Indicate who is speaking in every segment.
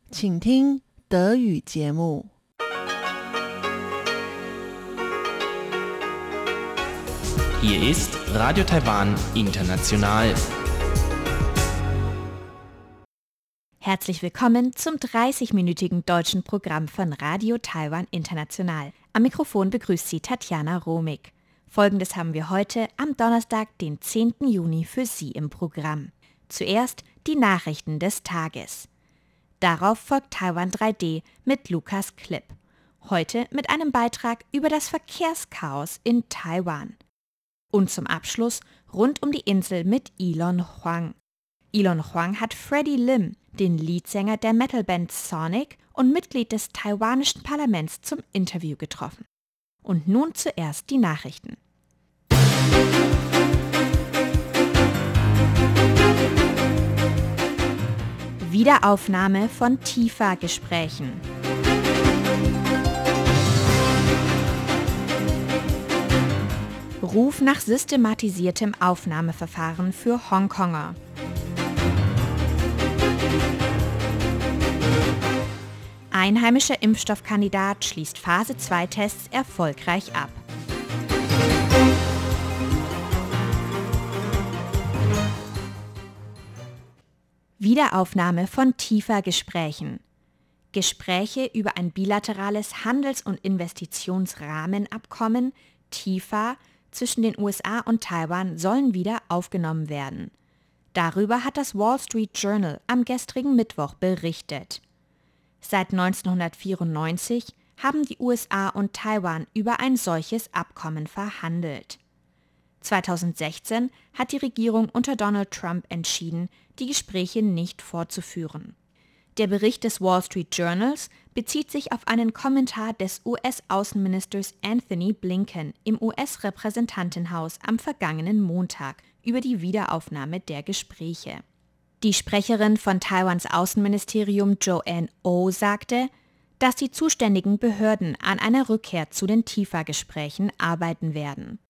Speaker 1: 请听德语节目。
Speaker 2: Hier ist Radio Taiwan International.
Speaker 3: Herzlich willkommen zum 30-minütigen deutschen Programm von Radio Taiwan International. Am Mikrofon begrüßt Sie Tatjana Romig. Folgendes haben wir heute am Donnerstag, den 10. Juni für Sie im Programm. Zuerst die Nachrichten des Tages. Darauf folgt Taiwan 3D mit Lukas Klipp. Heute mit einem Beitrag über das Verkehrschaos in Taiwan. Und zum Abschluss rund um die Insel mit Elon Huang. Elon Huang hat Freddie Lim, den Leadsänger der Metalband Sonic und Mitglied des taiwanischen Parlaments, zum Interview getroffen. Und nun zuerst die Nachrichten. Wiederaufnahme von TIFA-Gesprächen. Ruf nach systematisiertem Aufnahmeverfahren für Hongkonger. Einheimischer Impfstoffkandidat schließt Phase 2-Tests erfolgreich ab. Wiederaufnahme von TIFA-Gesprächen. Gespräche über ein bilaterales Handels- und Investitionsrahmenabkommen, TIFA, zwischen den USA und Taiwan sollen wieder aufgenommen werden. Darüber hat das Wall Street Journal am gestrigen Mittwoch berichtet. Seit 1994 haben die USA und Taiwan über ein solches Abkommen verhandelt. 2016 hat die Regierung unter Donald Trump entschieden, die Gespräche nicht fortzuführen. Der Bericht des Wall Street Journals bezieht sich auf einen Kommentar des US-Außenministers Anthony Blinken im US-Repräsentantenhaus am vergangenen Montag über die Wiederaufnahme der Gespräche. Die Sprecherin von Taiwans Außenministerium Joanne Oh sagte, dass die zuständigen Behörden an einer Rückkehr zu den TIFA-Gesprächen arbeiten werden.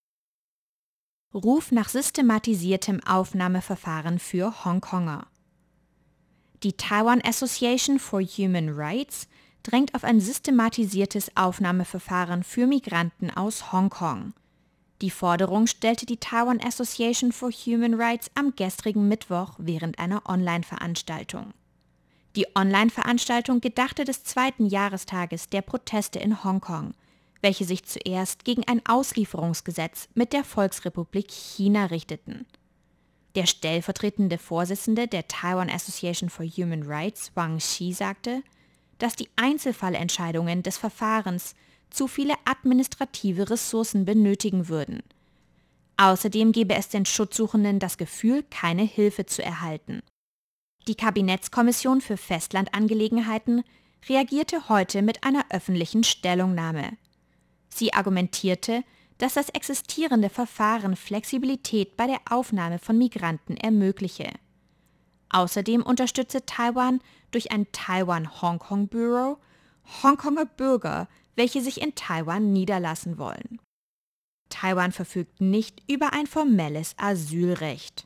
Speaker 3: Ruf nach systematisiertem Aufnahmeverfahren für Hongkonger. Die Taiwan Association for Human Rights drängt auf ein systematisiertes Aufnahmeverfahren für Migranten aus Hongkong. Die Forderung stellte die Taiwan Association for Human Rights am gestrigen Mittwoch während einer Online-Veranstaltung. Die Online-Veranstaltung gedachte des 2. Jahrestages der Proteste in Hongkong, welche sich zuerst gegen ein Auslieferungsgesetz mit der Volksrepublik China richteten. Der stellvertretende Vorsitzende der Taiwan Association for Human Rights, Wang Shi, sagte, dass die Einzelfallentscheidungen des Verfahrens zu viele administrative Ressourcen benötigen würden. Außerdem gebe es den Schutzsuchenden das Gefühl, keine Hilfe zu erhalten. Die Kabinettskommission für Festlandangelegenheiten reagierte heute mit einer öffentlichen Stellungnahme. Sie argumentierte, dass das existierende Verfahren Flexibilität bei der Aufnahme von Migranten ermögliche. Außerdem unterstütze Taiwan durch ein Taiwan-Hongkong-Bureau Hongkonger Bürger, welche sich in Taiwan niederlassen wollen. Taiwan verfügt nicht über ein formelles Asylrecht.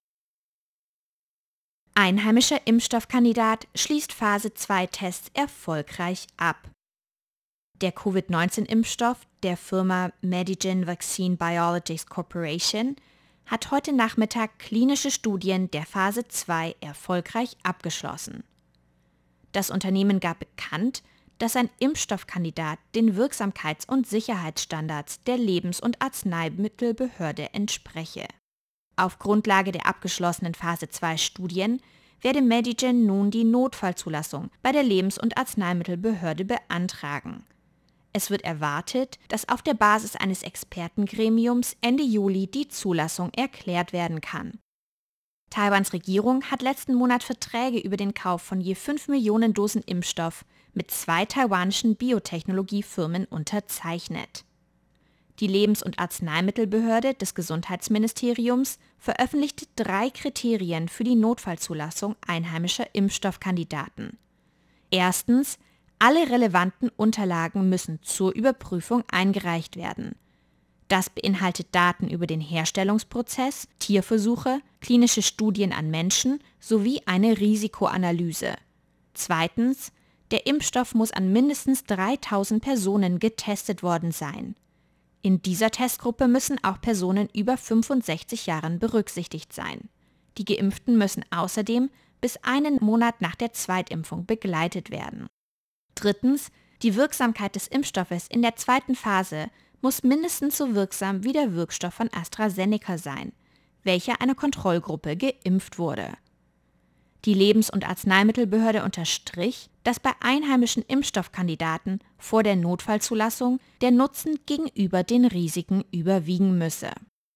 Speaker 3: Einheimischer Impfstoffkandidat schließt Phase 2-Tests erfolgreich ab. Der Covid-19-Impfstoff der Firma Medigen Vaccine Biologics Corporation hat heute Nachmittag klinische Studien der Phase 2 erfolgreich abgeschlossen. Das Unternehmen gab bekannt, dass ein Impfstoffkandidat den Wirksamkeits- und Sicherheitsstandards der Lebens- und Arzneimittelbehörde entspreche. Auf Grundlage der abgeschlossenen Phase 2 Studien werde Medigen nun die Notfallzulassung bei der Lebens- und Arzneimittelbehörde beantragen. Es wird erwartet, dass auf der Basis eines Expertengremiums Ende Juli die Zulassung erklärt werden kann. Taiwans Regierung hat letzten Monat Verträge über den Kauf von je 5 Millionen Dosen Impfstoff mit 2 taiwanischen Biotechnologiefirmen unterzeichnet. Die Lebens- und Arzneimittelbehörde des Gesundheitsministeriums veröffentlichte 3 Kriterien für die Notfallzulassung einheimischer Impfstoffkandidaten. Erstens, alle relevanten Unterlagen müssen zur Überprüfung eingereicht werden. Das beinhaltet Daten über den Herstellungsprozess, Tierversuche, klinische Studien an Menschen sowie eine Risikoanalyse. Zweitens, der Impfstoff muss an mindestens 3.000 Personen getestet worden sein. In dieser Testgruppe müssen auch Personen über 65 Jahren berücksichtigt sein. Die Geimpften müssen außerdem bis einen Monat nach der Zweitimpfung begleitet werden. Drittens, die Wirksamkeit des Impfstoffes in der zweiten Phase muss mindestens so wirksam wie der Wirkstoff von AstraZeneca sein, welcher einer Kontrollgruppe geimpft wurde. Die Lebens- und Arzneimittelbehörde unterstrich, dass bei einheimischen Impfstoffkandidaten vor der Notfallzulassung der Nutzen gegenüber den Risiken überwiegen müsse.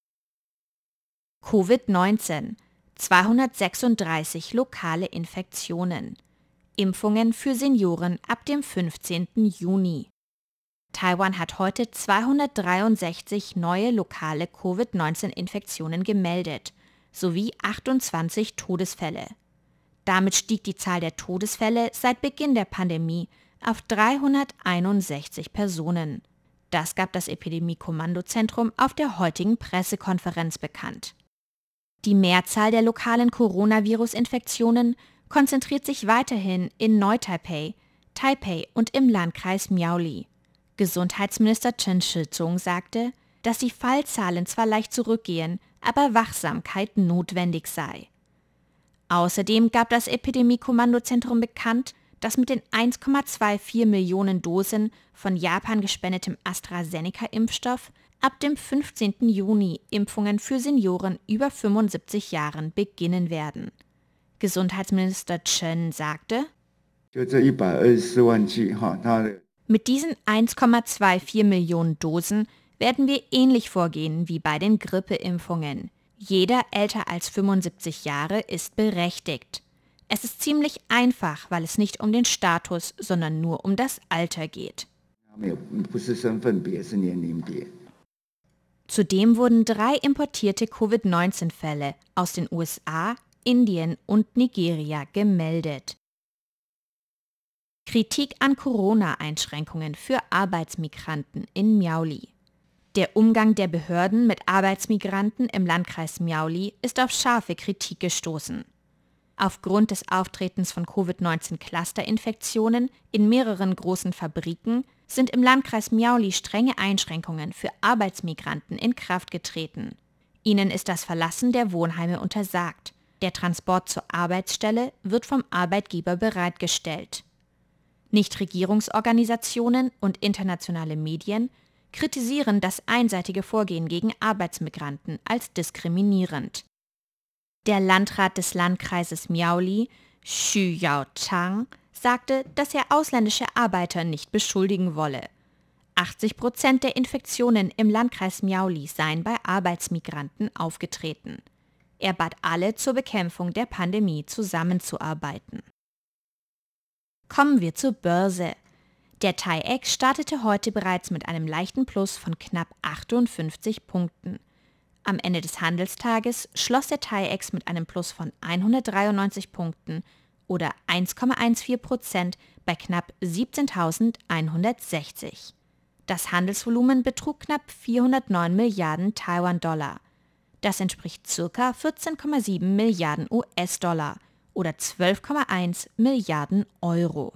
Speaker 3: Covid-19: 236 lokale Infektionen. Impfungen für Senioren ab dem 15. Juni. Taiwan hat heute 263 neue lokale Covid-19-Infektionen gemeldet, sowie 28 Todesfälle. Damit stieg die Zahl der Todesfälle seit Beginn der Pandemie auf 361 Personen. Das gab das Epidemie-Kommandozentrum auf der heutigen Pressekonferenz bekannt. Die Mehrzahl der lokalen Coronavirus-Infektionen konzentriert sich weiterhin in Neu-Taipei, Taipei und im Landkreis Miaoli. Gesundheitsminister Chen Shih-chung sagte, dass die Fallzahlen zwar leicht zurückgehen, aber Wachsamkeit notwendig sei. Außerdem gab das Epidemie-Kommandozentrum bekannt, dass mit den 1,24 Millionen Dosen von Japan gespendetem AstraZeneca-Impfstoff ab dem 15. Juni Impfungen für Senioren über 75 Jahren beginnen werden. Gesundheitsminister Chen sagte, mit diesen 1,24 Millionen Dosen werden wir ähnlich vorgehen wie bei den Grippeimpfungen. Jeder älter als 75 Jahre ist berechtigt. Es ist ziemlich einfach, weil es nicht um den Status, sondern nur um das Alter geht. Zudem wurden 3 importierte Covid-19-Fälle aus den USA, Indien und Nigeria gemeldet. Kritik an Corona-Einschränkungen für Arbeitsmigranten in Miaoli. Der Umgang der Behörden mit Arbeitsmigranten im Landkreis Miaoli ist auf scharfe Kritik gestoßen. Aufgrund des Auftretens von Covid-19-Clusterinfektionen in mehreren großen Fabriken sind im Landkreis Miaoli strenge Einschränkungen für Arbeitsmigranten in Kraft getreten. Ihnen ist das Verlassen der Wohnheime untersagt. Der Transport zur Arbeitsstelle wird vom Arbeitgeber bereitgestellt. Nichtregierungsorganisationen und internationale Medien kritisieren das einseitige Vorgehen gegen Arbeitsmigranten als diskriminierend. Der Landrat des Landkreises Miaoli, Xu Yaochang, sagte, dass er ausländische Arbeiter nicht beschuldigen wolle. 80% der Infektionen im Landkreis Miaoli seien bei Arbeitsmigranten aufgetreten. Er bat alle zur Bekämpfung der Pandemie zusammenzuarbeiten. Kommen wir zur Börse. Der TAIEX startete heute bereits mit einem leichten Plus von knapp 58 Punkten. Am Ende des Handelstages schloss der TAIEX mit einem Plus von 193 Punkten oder 1,14% bei knapp 17.160. Das Handelsvolumen betrug knapp 409 Milliarden Taiwan-Dollar. Das entspricht ca. 14,7 Milliarden US-Dollar oder 12,1 Milliarden Euro.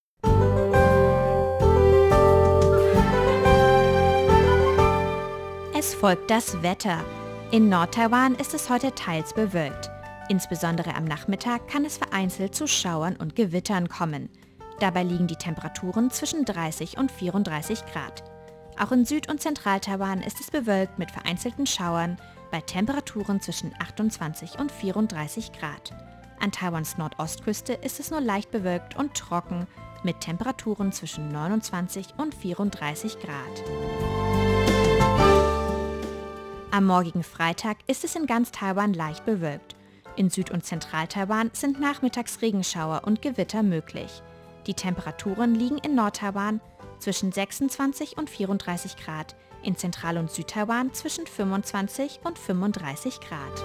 Speaker 3: Es folgt das Wetter. In Nord-Taiwan ist es heute teils bewölkt. Insbesondere am Nachmittag kann es vereinzelt zu Schauern und Gewittern kommen. Dabei liegen die Temperaturen zwischen 30 und 34 Grad. Auch in Süd- und Zentral-Taiwan ist es bewölkt mit vereinzelten Schauern bei Temperaturen zwischen 28 und 34 Grad. An Taiwans Nordostküste ist es nur leicht bewölkt und trocken mit Temperaturen zwischen 29 und 34 Grad. Am morgigen Freitag ist es in ganz Taiwan leicht bewölkt. In Süd- und Zentral-Taiwan sind nachmittags Regenschauer und Gewitter möglich. Die Temperaturen liegen in Nord-Taiwan zwischen 26 und 34 Grad, in Zentral- und Süd-Taiwan zwischen 25 und 35 Grad.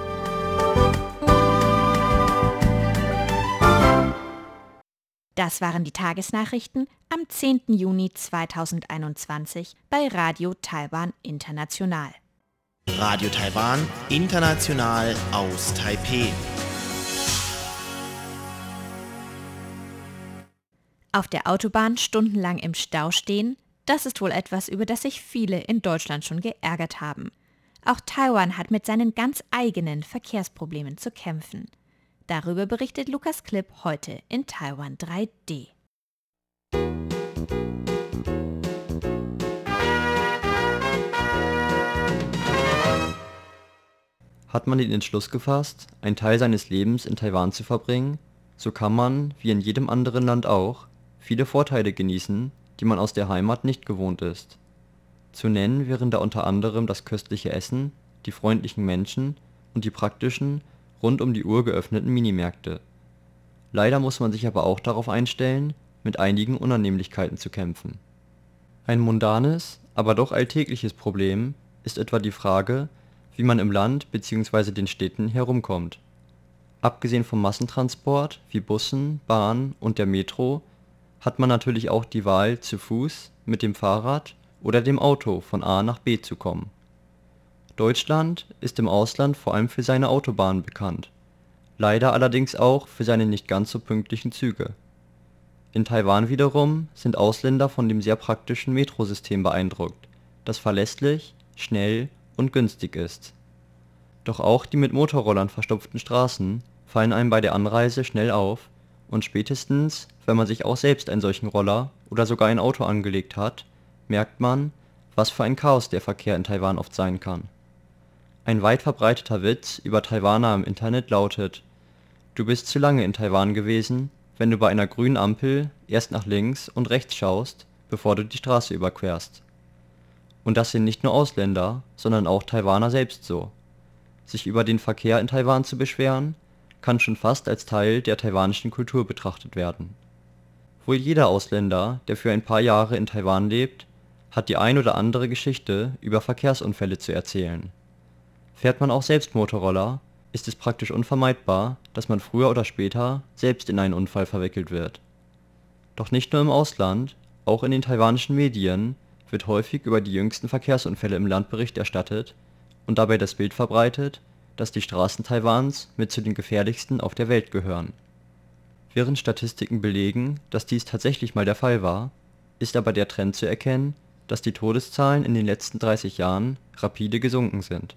Speaker 3: Das waren die Tagesnachrichten am 10. Juni 2021 bei Radio Taiwan International.
Speaker 2: Radio Taiwan International aus Taipeh.
Speaker 3: Auf der Autobahn stundenlang im Stau stehen, das ist wohl etwas, über das sich viele in Deutschland schon geärgert haben. Auch Taiwan hat mit seinen ganz eigenen Verkehrsproblemen zu kämpfen. Darüber berichtet Lukas Klipp heute in Taiwan 3D.
Speaker 4: Hat man den Entschluss gefasst, einen Teil seines Lebens in Taiwan zu verbringen, so kann man, wie in jedem anderen Land auch, viele Vorteile genießen, die man aus der Heimat nicht gewohnt ist. Zu nennen wären da unter anderem das köstliche Essen, die freundlichen Menschen und die praktischen, rund um die Uhr geöffneten Minimärkte. Leider muss man sich aber auch darauf einstellen, mit einigen Unannehmlichkeiten zu kämpfen. Ein mundanes, aber doch alltägliches Problem ist etwa die Frage, wie man im Land bzw. den Städten herumkommt. Abgesehen vom Massentransport wie Bussen, Bahnen und der Metro hat man natürlich auch die Wahl, zu Fuß, mit dem Fahrrad oder dem Auto von A nach B zu kommen. Deutschland ist im Ausland vor allem für seine Autobahnen bekannt, leider allerdings auch für seine nicht ganz so pünktlichen Züge. In Taiwan wiederum sind Ausländer von dem sehr praktischen Metrosystem beeindruckt, das verlässlich, schnell und günstig ist. Doch auch die mit Motorrollern verstopften Straßen fallen einem bei der Anreise schnell auf und spätestens, wenn man sich auch selbst einen solchen Roller oder sogar ein Auto angelegt hat, merkt man, was für ein Chaos der Verkehr in Taiwan oft sein kann. Ein weit verbreiteter Witz über Taiwaner im Internet lautet: Du bist zu lange in Taiwan gewesen, wenn du bei einer grünen Ampel erst nach links und rechts schaust, bevor du die Straße überquerst. Und das sind nicht nur Ausländer, sondern auch Taiwaner selbst so. Sich über den Verkehr in Taiwan zu beschweren, kann schon fast als Teil der taiwanischen Kultur betrachtet werden. Wohl jeder Ausländer, der für ein paar Jahre in Taiwan lebt, hat die ein oder andere Geschichte über Verkehrsunfälle zu erzählen. Fährt man auch selbst Motorroller, ist es praktisch unvermeidbar, dass man früher oder später selbst in einen Unfall verwickelt wird. Doch nicht nur im Ausland, auch in den taiwanischen Medien wird häufig über die jüngsten Verkehrsunfälle im Land Bericht erstattet und dabei das Bild verbreitet, dass die Straßen Taiwans mit zu den gefährlichsten auf der Welt gehören. Während Statistiken belegen, dass dies tatsächlich mal der Fall war, ist aber der Trend zu erkennen, dass die Todeszahlen in den letzten 30 Jahren rapide gesunken sind.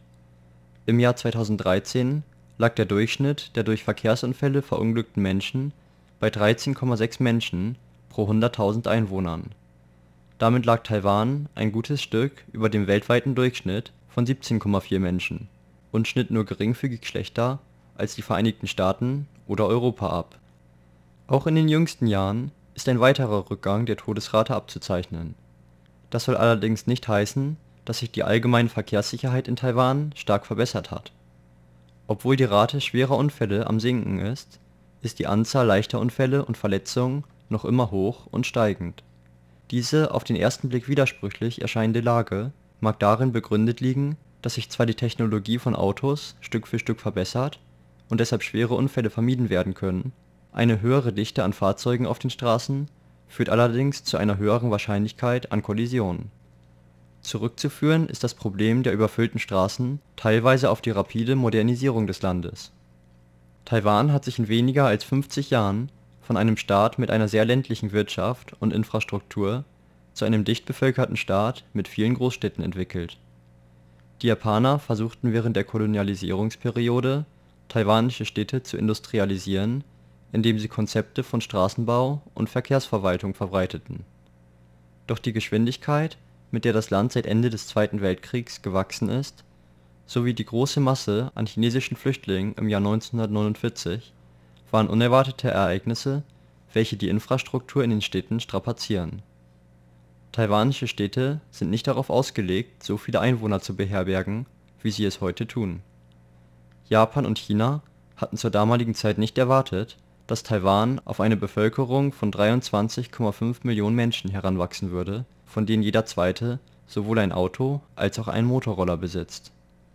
Speaker 4: Im Jahr 2013 lag der Durchschnitt der durch Verkehrsunfälle verunglückten Menschen bei 13,6 Menschen pro 100.000 Einwohnern. Damit lag Taiwan ein gutes Stück über dem weltweiten Durchschnitt von 17,4 Menschen und schnitt nur geringfügig schlechter als die Vereinigten Staaten oder Europa ab. Auch in den jüngsten Jahren ist ein weiterer Rückgang der Todesrate abzuzeichnen. Das soll allerdings nicht heißen, dass sich die allgemeine Verkehrssicherheit in Taiwan stark verbessert hat. Obwohl die Rate schwerer Unfälle am Sinken ist, ist die Anzahl leichter Unfälle und Verletzungen noch immer hoch und steigend. Diese auf den ersten Blick widersprüchlich erscheinende Lage mag darin begründet liegen, dass sich zwar die Technologie von Autos Stück für Stück verbessert und deshalb schwere Unfälle vermieden werden können, eine höhere Dichte an Fahrzeugen auf den Straßen führt allerdings zu einer höheren Wahrscheinlichkeit an Kollisionen. Zurückzuführen ist das Problem der überfüllten Straßen teilweise auf die rapide Modernisierung des Landes. Taiwan hat sich in weniger als 50 Jahren von einem Staat mit einer sehr ländlichen Wirtschaft und Infrastruktur zu einem dicht bevölkerten Staat mit vielen Großstädten entwickelt. Die Japaner versuchten während der Kolonialisierungsperiode, taiwanische Städte zu industrialisieren, indem sie Konzepte von Straßenbau und Verkehrsverwaltung verbreiteten. Doch die Geschwindigkeit, mit der das Land seit Ende des Zweiten Weltkriegs gewachsen ist, sowie die große Masse an chinesischen Flüchtlingen im Jahr 1949 waren unerwartete Ereignisse, welche die Infrastruktur in den Städten strapazieren. Taiwanische Städte sind nicht darauf ausgelegt, so viele Einwohner zu beherbergen, wie sie es heute tun. Japan und China hatten zur damaligen Zeit nicht erwartet, dass Taiwan auf eine Bevölkerung von 23,5 Millionen Menschen heranwachsen würde, von denen jeder zweite sowohl ein Auto als auch einen Motorroller besitzt.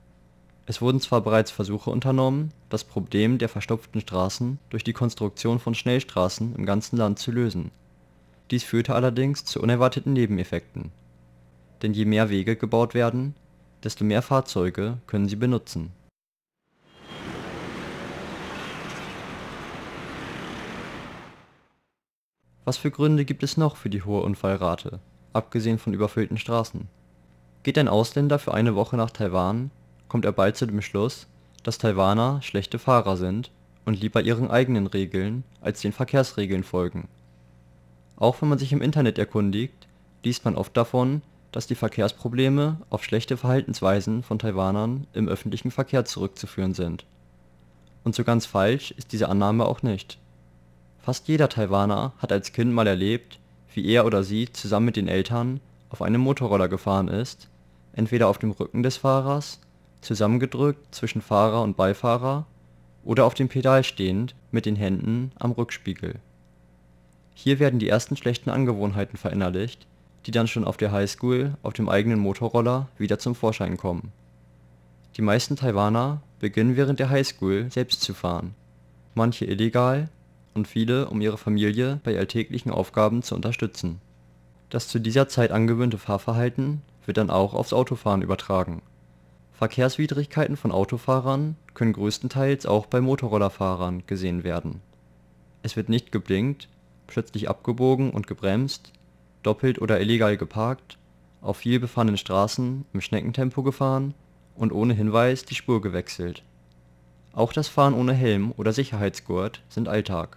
Speaker 4: Es wurden zwar bereits Versuche unternommen, das Problem der verstopften Straßen durch die Konstruktion von Schnellstraßen im ganzen Land zu lösen. Dies führte allerdings zu unerwarteten Nebeneffekten. Denn je mehr Wege gebaut werden, desto mehr Fahrzeuge können sie benutzen. Was für Gründe gibt es noch für die hohe Unfallrate, abgesehen von überfüllten Straßen? Geht ein Ausländer für eine Woche nach Taiwan, kommt er bald zu dem Schluss, dass Taiwaner schlechte Fahrer sind und lieber ihren eigenen Regeln als den Verkehrsregeln folgen. Auch wenn man sich im Internet erkundigt, liest man oft davon, dass die Verkehrsprobleme auf schlechte Verhaltensweisen von Taiwanern im öffentlichen Verkehr zurückzuführen sind. Und so ganz falsch ist diese Annahme auch nicht. Fast jeder Taiwaner hat als Kind mal erlebt, wie er oder sie zusammen mit den Eltern auf einem Motorroller gefahren ist, entweder auf dem Rücken des Fahrers, zusammengedrückt zwischen Fahrer und Beifahrer oder auf dem Pedal stehend mit den Händen am Rückspiegel. Hier werden die ersten schlechten Angewohnheiten verinnerlicht, die dann schon auf der Highschool auf dem eigenen Motorroller wieder zum Vorschein kommen. Die meisten Taiwaner beginnen während der Highschool selbst zu fahren, manche illegal und viele, um ihre Familie bei alltäglichen Aufgaben zu unterstützen. Das zu dieser Zeit angewöhnte Fahrverhalten wird dann auch aufs Autofahren übertragen. Verkehrswidrigkeiten von Autofahrern können größtenteils auch bei Motorrollerfahrern gesehen werden. Es wird nicht geblinkt, plötzlich abgebogen und gebremst, doppelt oder illegal geparkt, auf viel befahrenen Straßen im Schneckentempo gefahren und ohne Hinweis die Spur gewechselt. Auch das Fahren ohne Helm oder Sicherheitsgurt sind Alltag.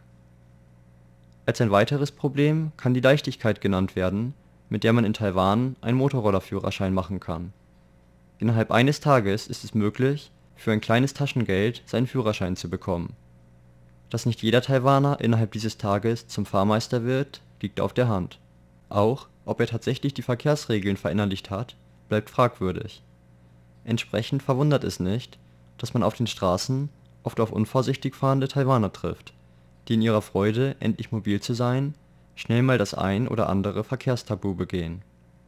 Speaker 4: Als ein weiteres Problem kann die Leichtigkeit genannt werden, mit der man in Taiwan einen Motorrollerführerschein machen kann. Innerhalb eines Tages ist es möglich, für ein kleines Taschengeld seinen Führerschein zu bekommen. Dass nicht jeder Taiwaner innerhalb dieses Tages zum Fahrmeister wird, liegt auf der Hand. Auch, ob er tatsächlich die Verkehrsregeln verinnerlicht hat, bleibt fragwürdig. Entsprechend verwundert es nicht, dass man auf den Straßen oft auf unvorsichtig fahrende Taiwaner trifft, die in ihrer Freude, endlich mobil zu sein, schnell mal das ein oder andere Verkehrstabu begehen.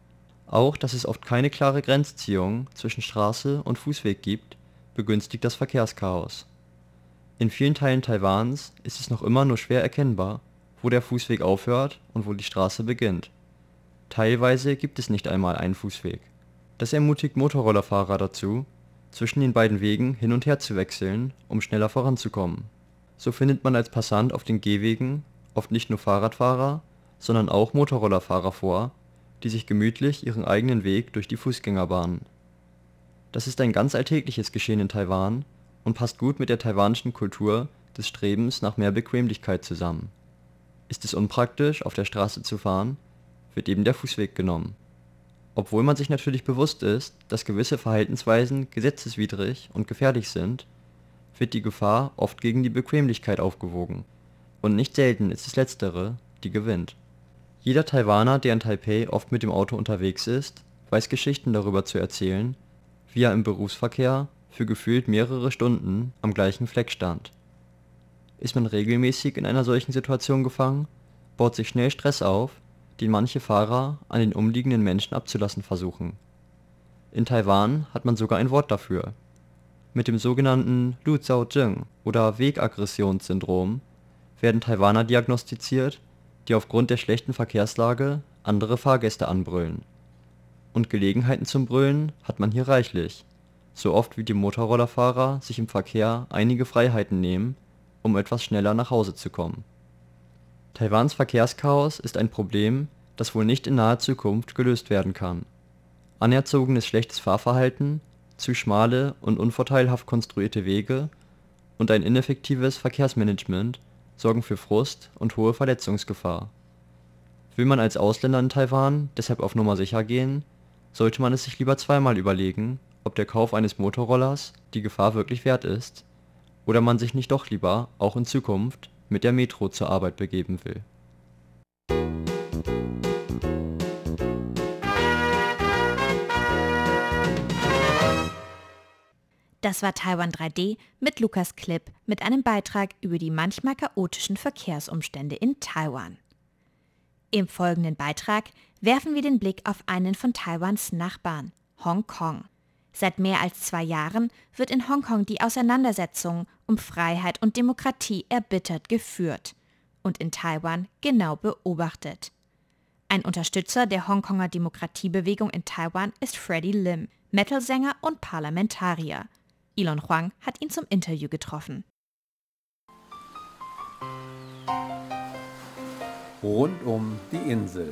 Speaker 4: Auch, dass es oft keine klare Grenzziehung zwischen Straße und Fußweg gibt, begünstigt das Verkehrschaos. In vielen Teilen Taiwans ist es noch immer nur schwer erkennbar, wo der Fußweg aufhört und wo die Straße beginnt. Teilweise gibt es nicht einmal einen Fußweg. Das ermutigt Motorrollerfahrer dazu, zwischen den beiden Wegen hin und her zu wechseln, um schneller voranzukommen. So findet man als Passant auf den Gehwegen oft nicht nur Fahrradfahrer, sondern auch Motorrollerfahrer vor, die sich gemütlich ihren eigenen Weg durch die Fußgänger bahnen. Das ist ein ganz alltägliches Geschehen in Taiwan und passt gut mit der taiwanischen Kultur des Strebens nach mehr Bequemlichkeit zusammen. Ist es unpraktisch, auf der Straße zu fahren, wird eben der Fußweg genommen. Obwohl man sich natürlich bewusst ist, dass gewisse Verhaltensweisen gesetzeswidrig und gefährlich sind, wird die Gefahr oft gegen die Bequemlichkeit aufgewogen. Und nicht selten ist es Letztere, die gewinnt. Jeder Taiwaner, der in Taipei oft mit dem Auto unterwegs ist, weiß Geschichten darüber zu erzählen, wie er im Berufsverkehr für gefühlt mehrere Stunden am gleichen Fleck stand. Ist man regelmäßig in einer solchen Situation gefangen, baut sich schnell Stress auf, den manche Fahrer an den umliegenden Menschen abzulassen versuchen. In Taiwan hat man sogar ein Wort dafür. Mit dem sogenannten Lu Zhao Zheng oder Wegaggressionssyndrom werden Taiwaner diagnostiziert, die aufgrund der schlechten Verkehrslage andere Fahrgäste anbrüllen. Und Gelegenheiten zum Brüllen hat man hier reichlich, so oft wie die Motorrollerfahrer sich im Verkehr einige Freiheiten nehmen, um etwas schneller nach Hause zu kommen. Taiwans Verkehrschaos ist ein Problem, das wohl nicht in naher Zukunft gelöst werden kann. Anerzogenes schlechtes Fahrverhalten, zu schmale und unvorteilhaft konstruierte Wege und ein ineffektives Verkehrsmanagement sorgen für Frust und hohe Verletzungsgefahr. Will man als Ausländer in Taiwan deshalb auf Nummer sicher gehen, sollte man es sich lieber zweimal überlegen, ob der Kauf eines Motorrollers die Gefahr wirklich wert ist oder man sich nicht doch lieber auch in Zukunft mit der Metro zur Arbeit begeben will.
Speaker 3: Das war Taiwan 3D mit Lukas Klipp mit einem Beitrag über die manchmal chaotischen Verkehrsumstände in Taiwan. Im folgenden Beitrag werfen wir den Blick auf einen von Taiwans Nachbarn, Hongkong. Seit mehr als 2 Jahren wird in Hongkong die Auseinandersetzung um Freiheit und Demokratie erbittert geführt und in Taiwan genau beobachtet. Ein Unterstützer der Hongkonger Demokratiebewegung in Taiwan ist Freddie Lim, Metalsänger und Parlamentarier. Elon Huang hat ihn zum Interview getroffen.
Speaker 5: Rund um die Insel.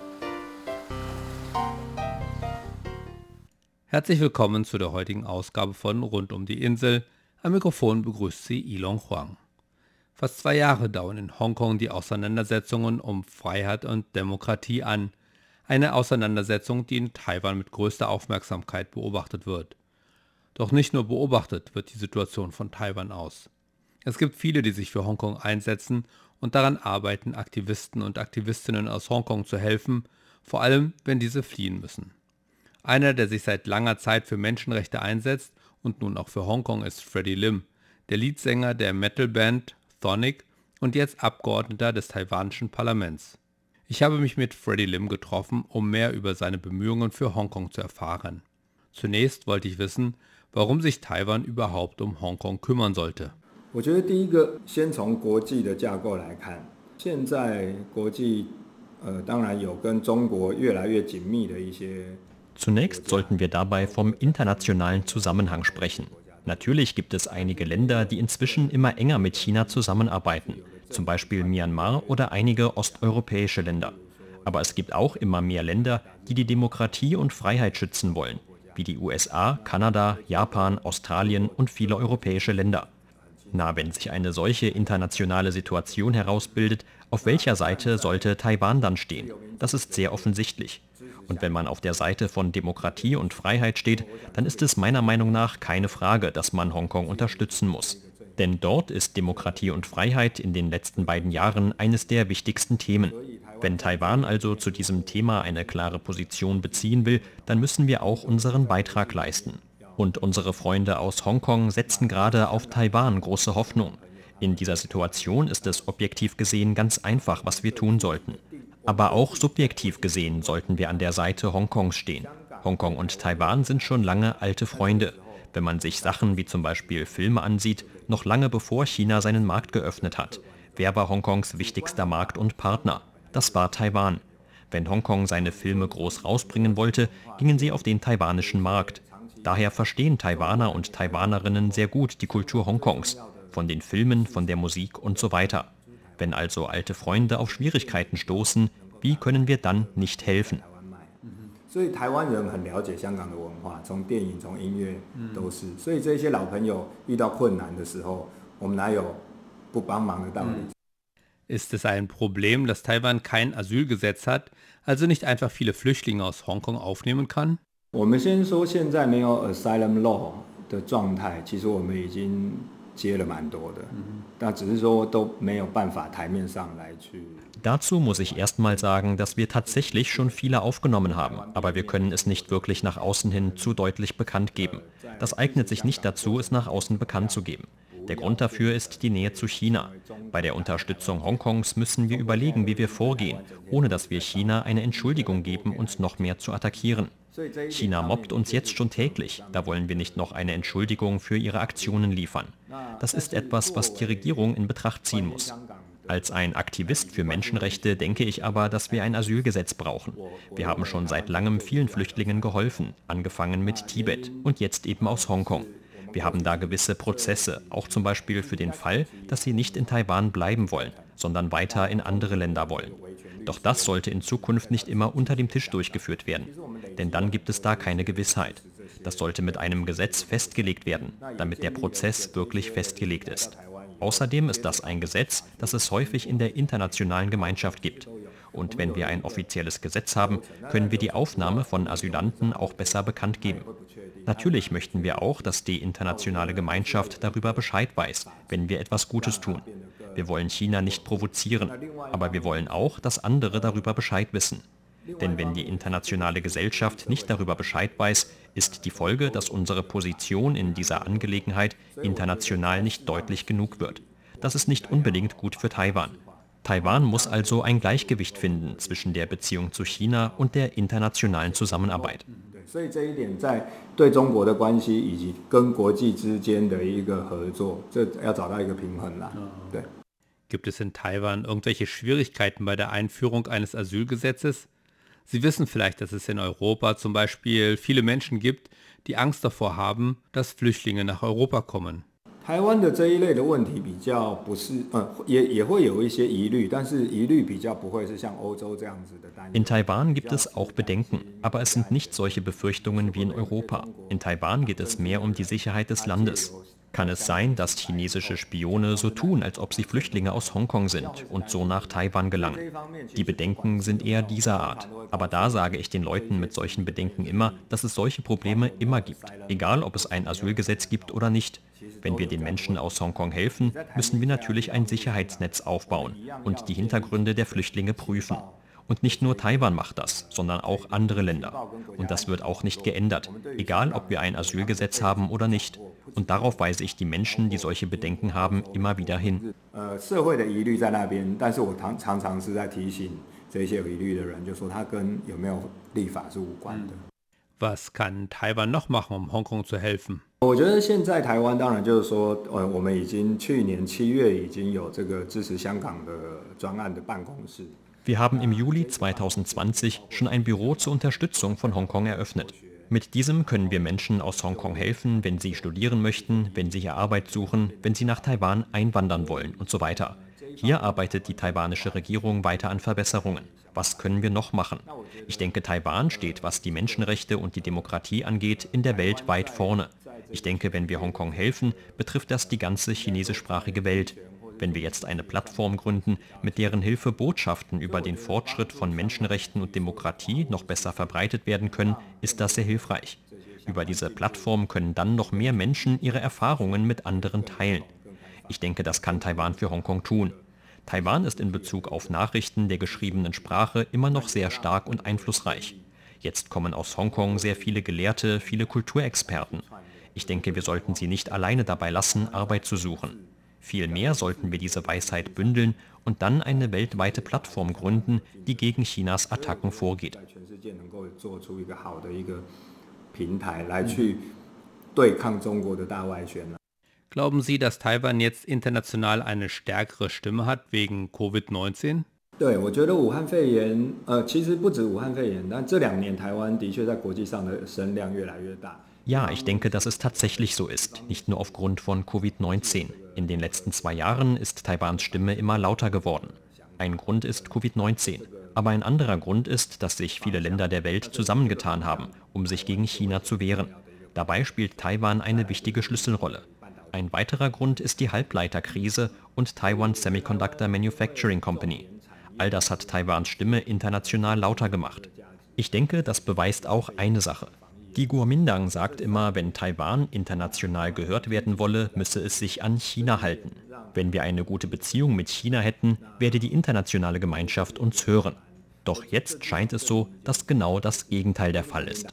Speaker 5: Herzlich willkommen zu der heutigen Ausgabe von Rund um die Insel. Am Mikrofon begrüßt Sie Ilon Huang. Fast 2 Jahre dauern in Hongkong die Auseinandersetzungen um Freiheit und Demokratie an. Eine Auseinandersetzung, die in Taiwan mit größter Aufmerksamkeit beobachtet wird. Doch nicht nur beobachtet wird die Situation von Taiwan aus. Es gibt viele, die sich für Hongkong einsetzen und daran arbeiten, Aktivisten und Aktivistinnen aus Hongkong zu helfen, vor allem wenn diese fliehen müssen. Einer, der sich seit langer Zeit für Menschenrechte einsetzt und nun auch für Hongkong, ist Freddie Lim, der Leadsänger der Metalband Thonic und jetzt Abgeordneter des taiwanischen Parlaments. Ich habe mich mit Freddie Lim getroffen, um mehr über seine Bemühungen für Hongkong zu erfahren. Zunächst wollte ich wissen, warum sich Taiwan überhaupt um Hongkong kümmern sollte.
Speaker 6: 我觉得第一个先从国际的架构来看，现在国际当然有跟中国越来越紧密的一些。
Speaker 7: Zunächst sollten wir dabei vom internationalen Zusammenhang sprechen. Natürlich gibt es einige Länder, die inzwischen immer enger mit China zusammenarbeiten, zum Beispiel Myanmar oder einige osteuropäische Länder. Aber es gibt auch immer mehr Länder, die die Demokratie und Freiheit schützen wollen, wie die USA, Kanada, Japan, Australien und viele europäische Länder. Na, wenn sich eine solche internationale Situation herausbildet, auf welcher Seite sollte Taiwan dann stehen? Das ist sehr offensichtlich. Und wenn man auf der Seite von Demokratie und Freiheit steht, dann ist es meiner Meinung nach keine Frage, dass man Hongkong unterstützen muss. Denn dort ist Demokratie und Freiheit in den letzten beiden Jahren eines der wichtigsten Themen. Wenn Taiwan also zu diesem Thema eine klare Position beziehen will, dann müssen wir auch unseren Beitrag leisten. Und unsere Freunde aus Hongkong setzen gerade auf Taiwan große Hoffnung. In dieser Situation ist es objektiv gesehen ganz einfach, was wir tun sollten. Aber auch subjektiv gesehen sollten wir an der Seite Hongkongs stehen. Hongkong und Taiwan sind schon lange alte Freunde. Wenn man sich Sachen wie zum Beispiel Filme ansieht, noch lange bevor China seinen Markt geöffnet hat. Wer war Hongkongs wichtigster Markt und Partner? Das war Taiwan. Wenn Hongkong seine Filme groß rausbringen wollte, gingen sie auf den taiwanischen Markt. Daher verstehen Taiwaner und Taiwanerinnen sehr gut die Kultur Hongkongs, von den Filmen, von der Musik und so weiter. Wenn also alte Freunde auf Schwierigkeiten stoßen, wie können wir dann nicht helfen?
Speaker 6: 所以台湾人很了解香港的文化，从电影、从音乐都是。所以这些老朋友遇到困难的时候，我们哪有不帮忙的道理？
Speaker 5: Ist es ein Problem, dass Taiwan kein Asylgesetz hat, also nicht einfach viele Flüchtlinge aus Hongkong aufnehmen kann?
Speaker 6: 我们先说现在没有 asylum law 的状态，其实我们已经接了蛮多的，但只是说都没有办法台面上来去。
Speaker 7: Dazu muss ich erstmal sagen, dass wir tatsächlich schon viele aufgenommen haben, aber wir können es nicht wirklich nach außen hin zu deutlich bekannt geben. Das eignet sich nicht dazu, es nach außen bekannt zu geben. Der Grund dafür ist die Nähe zu China. Bei der Unterstützung Hongkongs müssen wir überlegen, wie wir vorgehen, ohne dass wir China eine Entschuldigung geben, uns noch mehr zu attackieren. China mobbt uns jetzt schon täglich, da wollen wir nicht noch eine Entschuldigung für ihre Aktionen liefern. Das ist etwas, was die Regierung in Betracht ziehen muss. Als ein Aktivist für Menschenrechte denke ich aber, dass wir ein Asylgesetz brauchen. Wir haben schon seit langem vielen Flüchtlingen geholfen, angefangen mit Tibet und jetzt eben aus Hongkong. Wir haben da gewisse Prozesse, auch zum Beispiel für den Fall, dass sie nicht in Taiwan bleiben wollen, sondern weiter in andere Länder wollen. Doch das sollte in Zukunft nicht immer unter dem Tisch durchgeführt werden, denn dann gibt es da keine Gewissheit. Das sollte mit einem Gesetz festgelegt werden, damit der Prozess wirklich festgelegt ist. Außerdem ist das ein Gesetz, das es häufig in der internationalen Gemeinschaft gibt. Und wenn wir ein offizielles Gesetz haben, können wir die Aufnahme von Asylanten auch besser bekannt geben. Natürlich möchten wir auch, dass die internationale Gemeinschaft darüber Bescheid weiß, wenn wir etwas Gutes tun. Wir wollen China nicht provozieren, aber wir wollen auch, dass andere darüber Bescheid wissen. Denn wenn die internationale Gesellschaft nicht darüber Bescheid weiß, ist die Folge, dass unsere Position in dieser Angelegenheit international nicht deutlich genug wird. Das ist nicht unbedingt gut für Taiwan. Taiwan muss also ein Gleichgewicht finden zwischen der Beziehung zu China und der internationalen Zusammenarbeit.
Speaker 6: 所以这一点在对中国的关系以及跟国际之间的一个合作，这要找到一个平衡啦。对。
Speaker 5: Gibt es in Taiwan irgendwelche Schwierigkeiten bei der Einführung eines Asylgesetzes? Sie wissen vielleicht, dass es in Europa zum Beispiel viele Menschen gibt, die Angst davor haben, dass Flüchtlinge nach Europa kommen.
Speaker 6: 台湾的这一类的问题比较不是，也会有一些疑虑，但是疑虑比较不会是像欧洲这样子的担忧。
Speaker 7: In Taiwan gibt es auch Bedenken, aber es sind nicht solche Befürchtungen wie in Europa. In Taiwan geht es mehr um die Sicherheit des Landes. Kann es sein, dass chinesische Spione so tun, als ob sie Flüchtlinge aus Hongkong sind und so nach Taiwan gelangen? Die Bedenken sind eher dieser Art. Aber da sage ich den Leuten mit solchen Bedenken immer, dass es solche Probleme immer gibt, egal ob es ein Asylgesetz gibt oder nicht. Wenn wir den Menschen aus Hongkong helfen, müssen wir natürlich ein Sicherheitsnetz aufbauen und die Hintergründe der Flüchtlinge prüfen. Und nicht nur Taiwan macht das, sondern auch andere Länder. Und das wird auch nicht geändert, egal ob wir ein Asylgesetz haben oder nicht. Und darauf weise ich die Menschen, die solche Bedenken haben, immer wieder hin.
Speaker 6: 社会的疑虑在那边，但是我常常是在提醒这些有疑虑的人，就说它跟有没有立法是无关的。
Speaker 5: Was kann Taiwan noch machen, um Hongkong zu helfen?
Speaker 6: 我觉得现在台湾当然就是说，我们已经去年7月已经有这个支持香港的专案的办公室。
Speaker 7: Wir haben im Juli 2020 schon ein Büro zur Unterstützung von Hongkong eröffnet. Mit diesem können wir Menschen aus Hongkong helfen, wenn sie studieren möchten, wenn sie hier Arbeit suchen, wenn sie nach Taiwan einwandern wollen und so weiter. Hier arbeitet die taiwanische Regierung weiter an Verbesserungen. Was können wir noch machen? Ich denke, Taiwan steht, was die Menschenrechte und die Demokratie angeht, in der Welt weit vorne. Ich denke, wenn wir Hongkong helfen, betrifft das die ganze chinesischsprachige Welt. Wenn wir jetzt eine Plattform gründen, mit deren Hilfe Botschaften über den Fortschritt von Menschenrechten und Demokratie noch besser verbreitet werden können, ist das sehr hilfreich. Über diese Plattform können dann noch mehr Menschen ihre Erfahrungen mit anderen teilen. Ich denke, das kann Taiwan für Hongkong tun. Taiwan ist in Bezug auf Nachrichten der geschriebenen Sprache immer noch sehr stark und einflussreich. Jetzt kommen aus Hongkong sehr viele Gelehrte, viele Kulturexperten. Ich denke, wir sollten sie nicht alleine dabei lassen, Arbeit zu suchen. Vielmehr sollten wir diese Weisheit bündeln und dann eine weltweite Plattform gründen, die gegen Chinas Attacken vorgeht.
Speaker 5: Glauben Sie, dass Taiwan jetzt international eine stärkere Stimme hat wegen Covid-19?
Speaker 6: 对，我觉得武汉肺炎，其实不止武汉肺炎，但这2年台湾的确在国际上的声量越来越大。
Speaker 7: Ja, ich denke, dass es tatsächlich so ist, nicht nur aufgrund von Covid-19. In den letzten 2 Jahren ist Taiwans Stimme immer lauter geworden. Ein Grund ist Covid-19, aber ein anderer Grund ist, dass sich viele Länder der Welt zusammengetan haben, um sich gegen China zu wehren. Dabei spielt Taiwan eine wichtige Schlüsselrolle. Ein weiterer Grund ist die Halbleiterkrise und Taiwan Semiconductor Manufacturing Company. All das hat Taiwans Stimme international lauter gemacht. Ich denke, das beweist auch eine Sache. Die Kuomintang sagt immer, wenn Taiwan international gehört werden wolle, müsse es sich an China halten. Wenn wir eine gute Beziehung mit China hätten, werde die internationale Gemeinschaft uns hören. Doch jetzt scheint es so, dass genau das Gegenteil der Fall ist.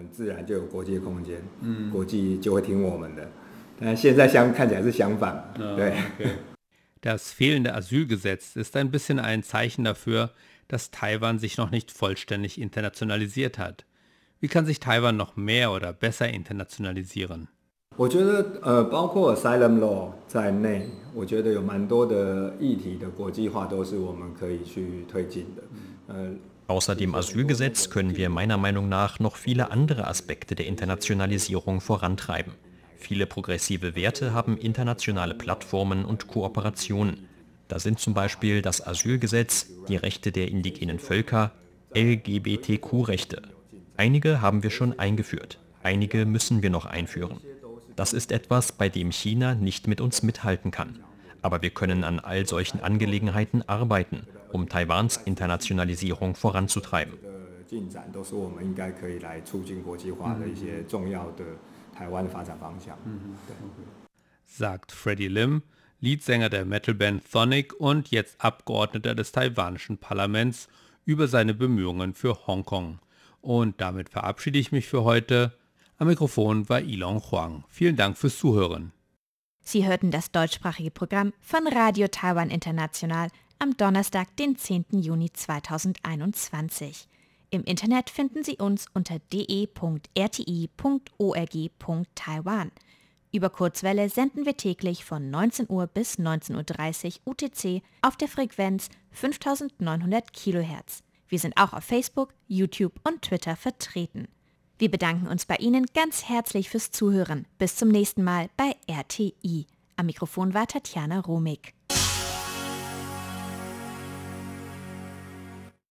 Speaker 5: Das fehlende Asylgesetz ist ein bisschen ein Zeichen dafür, dass Taiwan sich noch nicht vollständig internationalisiert hat. Wie kann sich Taiwan noch mehr oder besser internationalisieren?
Speaker 6: 我觉得包括 Asylum Law 在内，我觉得有蛮多的议题的国际化都是我们可以去推进的。
Speaker 7: Außer dem Asylgesetz können wir meiner Meinung nach noch viele andere Aspekte der Internationalisierung vorantreiben. Viele progressive Werte haben internationale Plattformen und Kooperationen. Da sind zum Beispiel das Asylgesetz, die Rechte der indigenen Völker, LGBTQ-Rechte. Einige haben wir schon eingeführt, einige müssen wir noch einführen. Das ist etwas, bei dem China nicht mit uns mithalten kann. Aber wir können an all solchen Angelegenheiten arbeiten, um Taiwans Internationalisierung voranzutreiben.
Speaker 5: Sagt Freddie Lim, Leadsänger der Metalband Thonic und jetzt Abgeordneter des taiwanischen Parlaments, über seine Bemühungen für Hongkong. Und damit verabschiede ich mich für heute. Am Mikrofon war Ilon Huang. Vielen Dank fürs Zuhören.
Speaker 3: Sie hörten das deutschsprachige Programm von Radio Taiwan International am Donnerstag, den 10. Juni 2021. Im Internet finden Sie uns unter de.rti.org.taiwan. Über Kurzwelle senden wir täglich von 19 Uhr bis 19.30 Uhr UTC auf der Frequenz 5900 kHz. Wir sind auch auf Facebook, YouTube und Twitter vertreten. Wir bedanken uns bei Ihnen ganz herzlich fürs Zuhören. Bis zum nächsten Mal bei RTI. Am Mikrofon war Tatjana Romig.